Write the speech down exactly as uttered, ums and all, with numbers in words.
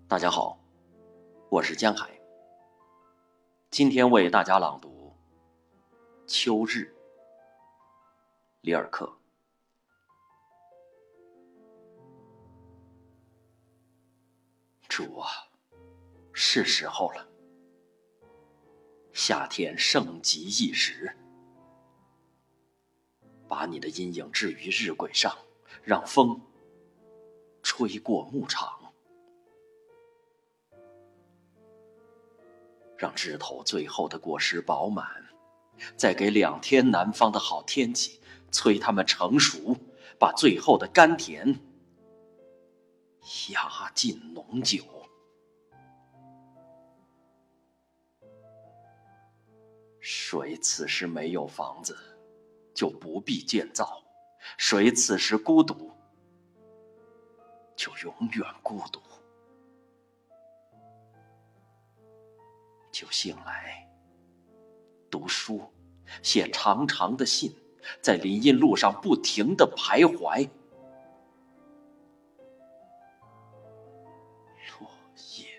大家好，我是江海。今天为大家朗读《秋日》，里尔克。主啊，是时候了，夏天盛极一时，把你的阴影置于日晷上，让风吹过牧场，让枝头最后的果实饱满，再给两天南方的好天气，催它们成熟，把最后的甘甜压进浓酒。谁此时没有房子，就不必建造；谁此时孤独，就永远孤独。就醒来，读书，写长长的信，在林荫路上不停地徘徊。落叶